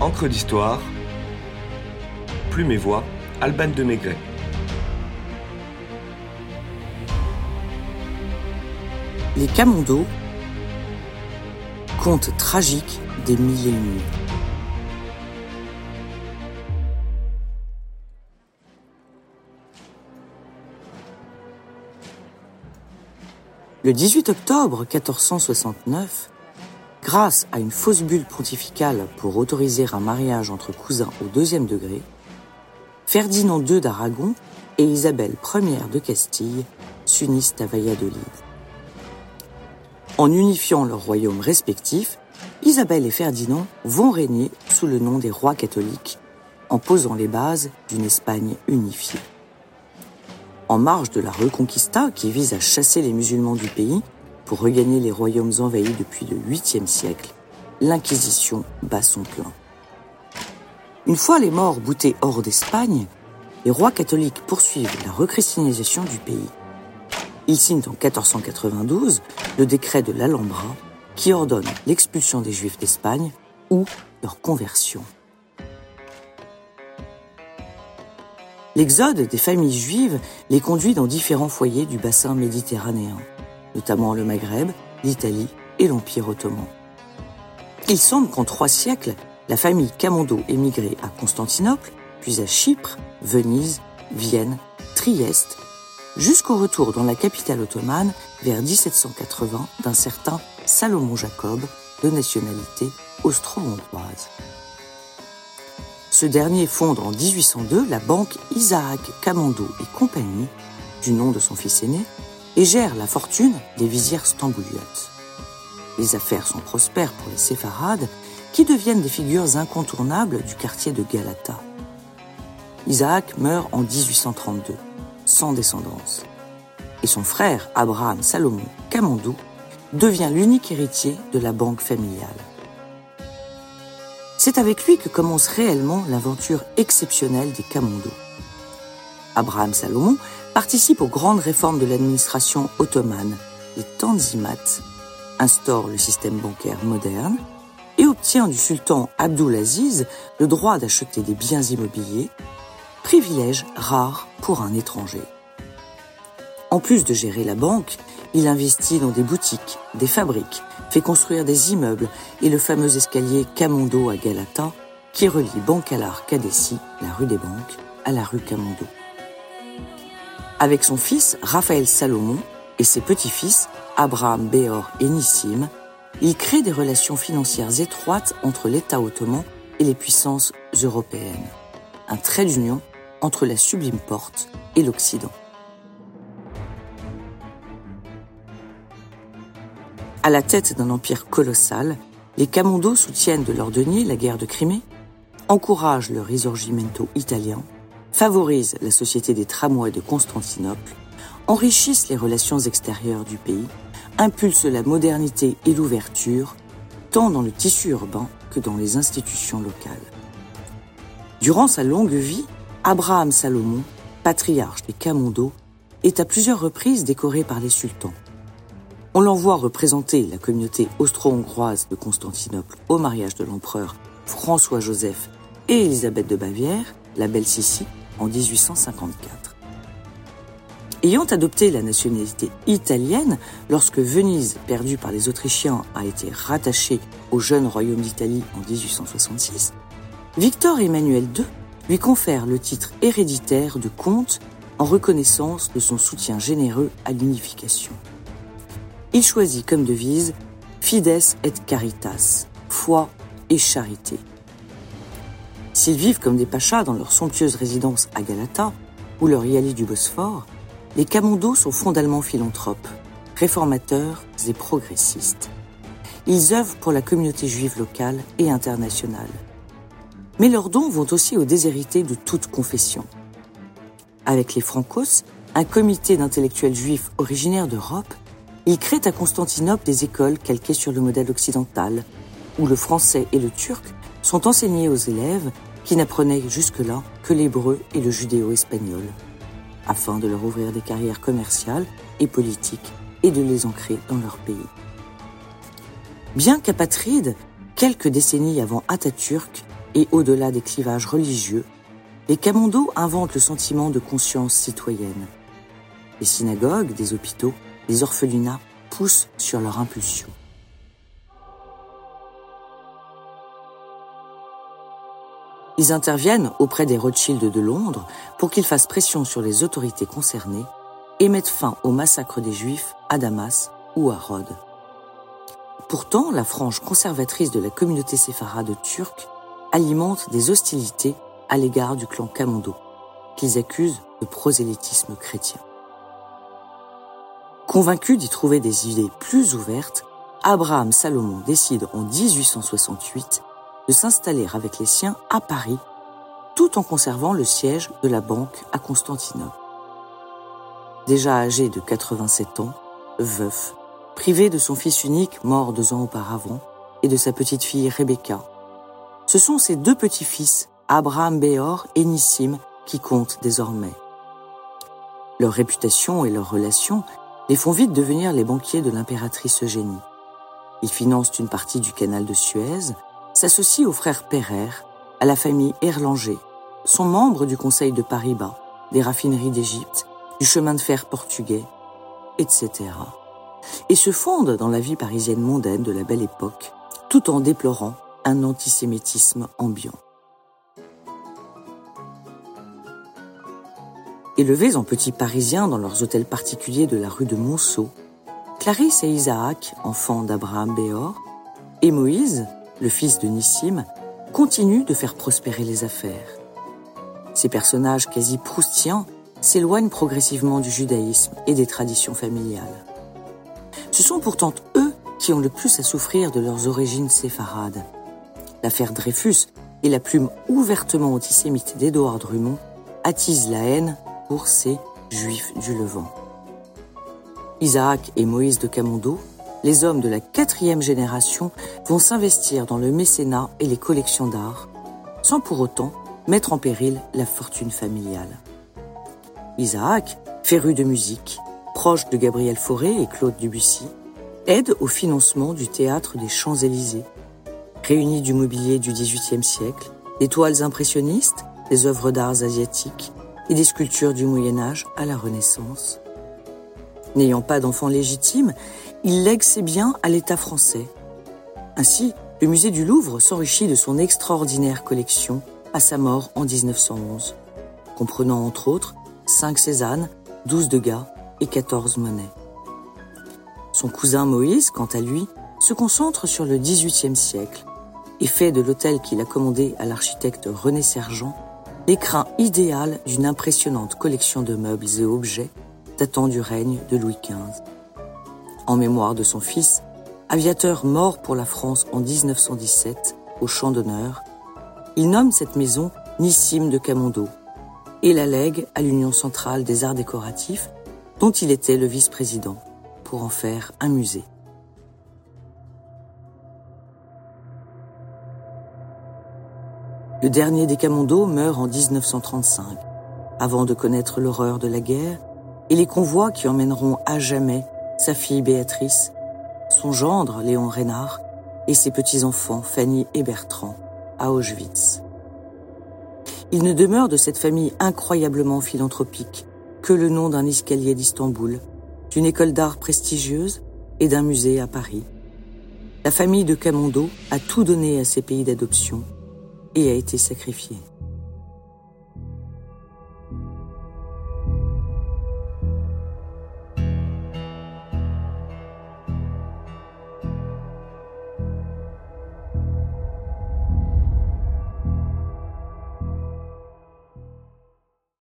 Encre d'histoire, Plume et Voix, Alban de Maigret. Les Camondos, conte tragique des mille et une nuits. Le 18 octobre 1469, grâce à une fausse bulle pontificale pour autoriser un mariage entre cousins au deuxième degré, Ferdinand II d'Aragon et Isabelle Ière de Castille s'unissent à Valladolid. En unifiant leurs royaumes respectifs, Isabelle et Ferdinand vont régner sous le nom des rois catholiques, en posant les bases d'une Espagne unifiée. En marge de la Reconquista, qui vise à chasser les musulmans du pays pour regagner les royaumes envahis depuis le 8e siècle, l'Inquisition bat son plein. Une fois les morts boutés hors d'Espagne, les rois catholiques poursuivent la rechristianisation du pays. Ils signent en 1492 le décret de l'Alhambra qui ordonne l'expulsion des Juifs d'Espagne ou leur conversion. L'exode des familles juives les conduit dans différents foyers du bassin méditerranéen, notamment le Maghreb, l'Italie et l'Empire ottoman. Il semble qu'en 3 siècles, la famille Camondo émigrait à Constantinople, puis à Chypre, Venise, Vienne, Trieste, jusqu'au retour dans la capitale ottomane vers 1780 d'un certain Salomon Jacob, de nationalité austro-hongroise. Ce dernier fonde en 1802 la banque Isaac Camondo et compagnie, du nom de son fils aîné, et gère la fortune des vizirs stambouliotes. Les affaires sont prospères pour les séfarades, qui deviennent des figures incontournables du quartier de Galata. Isaac meurt en 1832, sans descendance. Et son frère, Abraham Salomon Camondo, devient l'unique héritier de la banque familiale. C'est avec lui que commence réellement l'aventure exceptionnelle des Camondos. Abraham Salomon participe aux grandes réformes de l'administration ottomane, les Tanzimat, instaure le système bancaire moderne et obtient du sultan Abdulaziz le droit d'acheter des biens immobiliers, privilège rare pour un étranger. En plus de gérer la banque, il investit dans des boutiques, des fabriques, fait construire des immeubles et le fameux escalier Camondo à Galata qui relie Bancalar Kadessi, la rue des Banques, à la rue Camondo. Avec son fils Raphaël Salomon et ses petits-fils Abraham Béor et Nissim, il crée des relations financières étroites entre l'État ottoman et les puissances européennes. Un trait d'union entre la Sublime Porte et l'Occident. À la tête d'un empire colossal, les Camondos soutiennent de leur denier la guerre de Crimée, encouragent le risorgimento italien, favorisent la société des tramways de Constantinople, enrichissent les relations extérieures du pays, impulsent la modernité et l'ouverture, tant dans le tissu urbain que dans les institutions locales. Durant sa longue vie, Abraham Salomon, patriarche des Camondos, est à plusieurs reprises décoré par les sultans. On l'envoie représenter la communauté austro-hongroise de Constantinople au mariage de l'empereur François-Joseph et Élisabeth de Bavière, la belle Sissi, en 1854. Ayant adopté la nationalité italienne lorsque Venise, perdue par les Autrichiens, a été rattachée au jeune royaume d'Italie en 1866, Victor Emmanuel II lui confère le titre héréditaire de comte en reconnaissance de son soutien généreux à l'unification. Il choisit comme devise « Fides et Caritas », foi et charité. S'ils vivent comme des pachas dans leur somptueuse résidence à Galata ou leur yali du Bosphore, les Camondos sont fondamentalement philanthropes, réformateurs et progressistes. Ils œuvrent pour la communauté juive locale et internationale. Mais leurs dons vont aussi aux déshérités de toute confession. Avec les Francos, un comité d'intellectuels juifs originaires d'Europe, ils créent à Constantinople des écoles calquées sur le modèle occidental, où le français et le turc sont enseignés aux élèves qui n'apprenaient jusque-là que l'hébreu et le judéo-espagnol, afin de leur ouvrir des carrières commerciales et politiques et de les ancrer dans leur pays. Bien qu'apatrides, quelques décennies avant Atatürk, et au-delà des clivages religieux, les Camondos inventent le sentiment de conscience citoyenne. Les synagogues, des hôpitaux, des orphelinats poussent sur leur impulsion. Ils interviennent auprès des Rothschild de Londres pour qu'ils fassent pression sur les autorités concernées et mettent fin au massacre des Juifs à Damas ou à Rhodes. Pourtant, la frange conservatrice de la communauté séfarade turque alimente des hostilités à l'égard du clan Camondo, qu'ils accusent de prosélytisme chrétien. Convaincu d'y trouver des idées plus ouvertes, Abraham Salomon décide en 1868 de s'installer avec les siens à Paris, tout en conservant le siège de la banque à Constantinople. Déjà âgé de 87 ans, veuf, privé de son fils unique mort 2 ans auparavant et de sa petite-fille Rebecca, ce sont ses 2 petits-fils, Abraham Béor et Nissim, qui comptent désormais. Leur réputation et leurs relations les font vite devenir les banquiers de l'impératrice Eugénie. Ils financent une partie du canal de Suez, s'associent aux frères Pereire, à la famille Erlanger, sont membres du Conseil de Paris-Bas, des raffineries d'Égypte, du chemin de fer portugais, etc. Et se fondent dans la vie parisienne mondaine de la Belle Époque, tout en déplorant un antisémitisme ambiant. Élevés en petits parisiens dans leurs hôtels particuliers de la rue de Monceau, Clarisse et Isaac, enfants d'Abraham Béor, et Moïse, le fils de Nissim, continuent de faire prospérer les affaires. Ces personnages quasi proustiens s'éloignent progressivement du judaïsme et des traditions familiales. Ce sont pourtant eux qui ont le plus à souffrir de leurs origines séfarades. L'affaire Dreyfus et la plume ouvertement antisémite d'Édouard Drummond attisent la haine pour ces Juifs du Levant. Isaac et Moïse de Camondo, les hommes de la 4e génération, vont s'investir dans le mécénat et les collections d'art, sans pour autant mettre en péril la fortune familiale. Isaac, féru de musique, proche de Gabriel Fauré et Claude Debussy, aide au financement du théâtre des Champs-Élysées, réunit du mobilier du XVIIIe siècle, des toiles impressionnistes, des œuvres d'art asiatiques et des sculptures du Moyen-Âge à la Renaissance. N'ayant pas d'enfant légitime, il lègue ses biens à l'État français. Ainsi, le musée du Louvre s'enrichit de son extraordinaire collection à sa mort en 1911, comprenant entre autres 5 Cézanne, 12 Degas et 14 Monet. Son cousin Moïse, quant à lui, se concentre sur le XVIIIe siècle et fait de l'hôtel qu'il a commandé à l'architecte René Sergent l'écrin idéal d'une impressionnante collection de meubles et objets datant du règne de Louis XV. En mémoire de son fils, aviateur mort pour la France en 1917, au Champ d'honneur, il nomme cette maison Nissim de Camondo et la lègue à l'Union centrale des arts décoratifs, dont il était le vice-président, pour en faire un musée. Le dernier des Camondo meurt en 1935, avant de connaître l'horreur de la guerre et les convois qui emmèneront à jamais sa fille Béatrice, son gendre Léon Reynard et ses petits-enfants Fanny et Bertrand à Auschwitz. Il ne demeure de cette famille incroyablement philanthropique que le nom d'un escalier d'Istanbul, d'une école d'art prestigieuse et d'un musée à Paris. La famille de Camondo a tout donné à ses pays d'adoption et a été sacrifiée.